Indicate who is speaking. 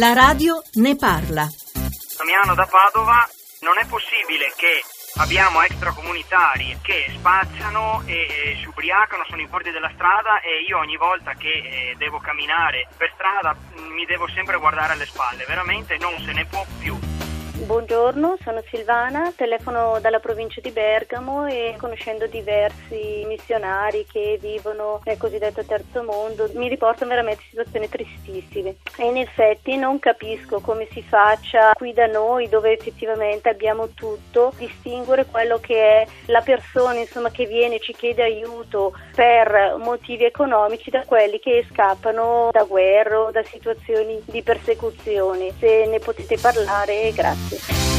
Speaker 1: La radio ne parla.
Speaker 2: Damiano da Padova. Non è possibile che abbiamo extracomunitari che spazzano e si ubriacano, sono in bordi della strada, e io ogni volta che devo camminare per strada mi devo sempre guardare alle spalle. Veramente non se ne può più.
Speaker 3: Buongiorno, sono Silvana, telefono dalla provincia di Bergamo e conoscendo diversi missionari che vivono nel cosiddetto terzo mondo mi riportano veramente situazioni tristissime e in effetti non capisco come si faccia qui da noi, dove effettivamente abbiamo tutto, distinguere quello che è la persona che viene e ci chiede aiuto per motivi economici da quelli che scappano da guerre o da situazioni di persecuzione. Se ne potete parlare, grazie.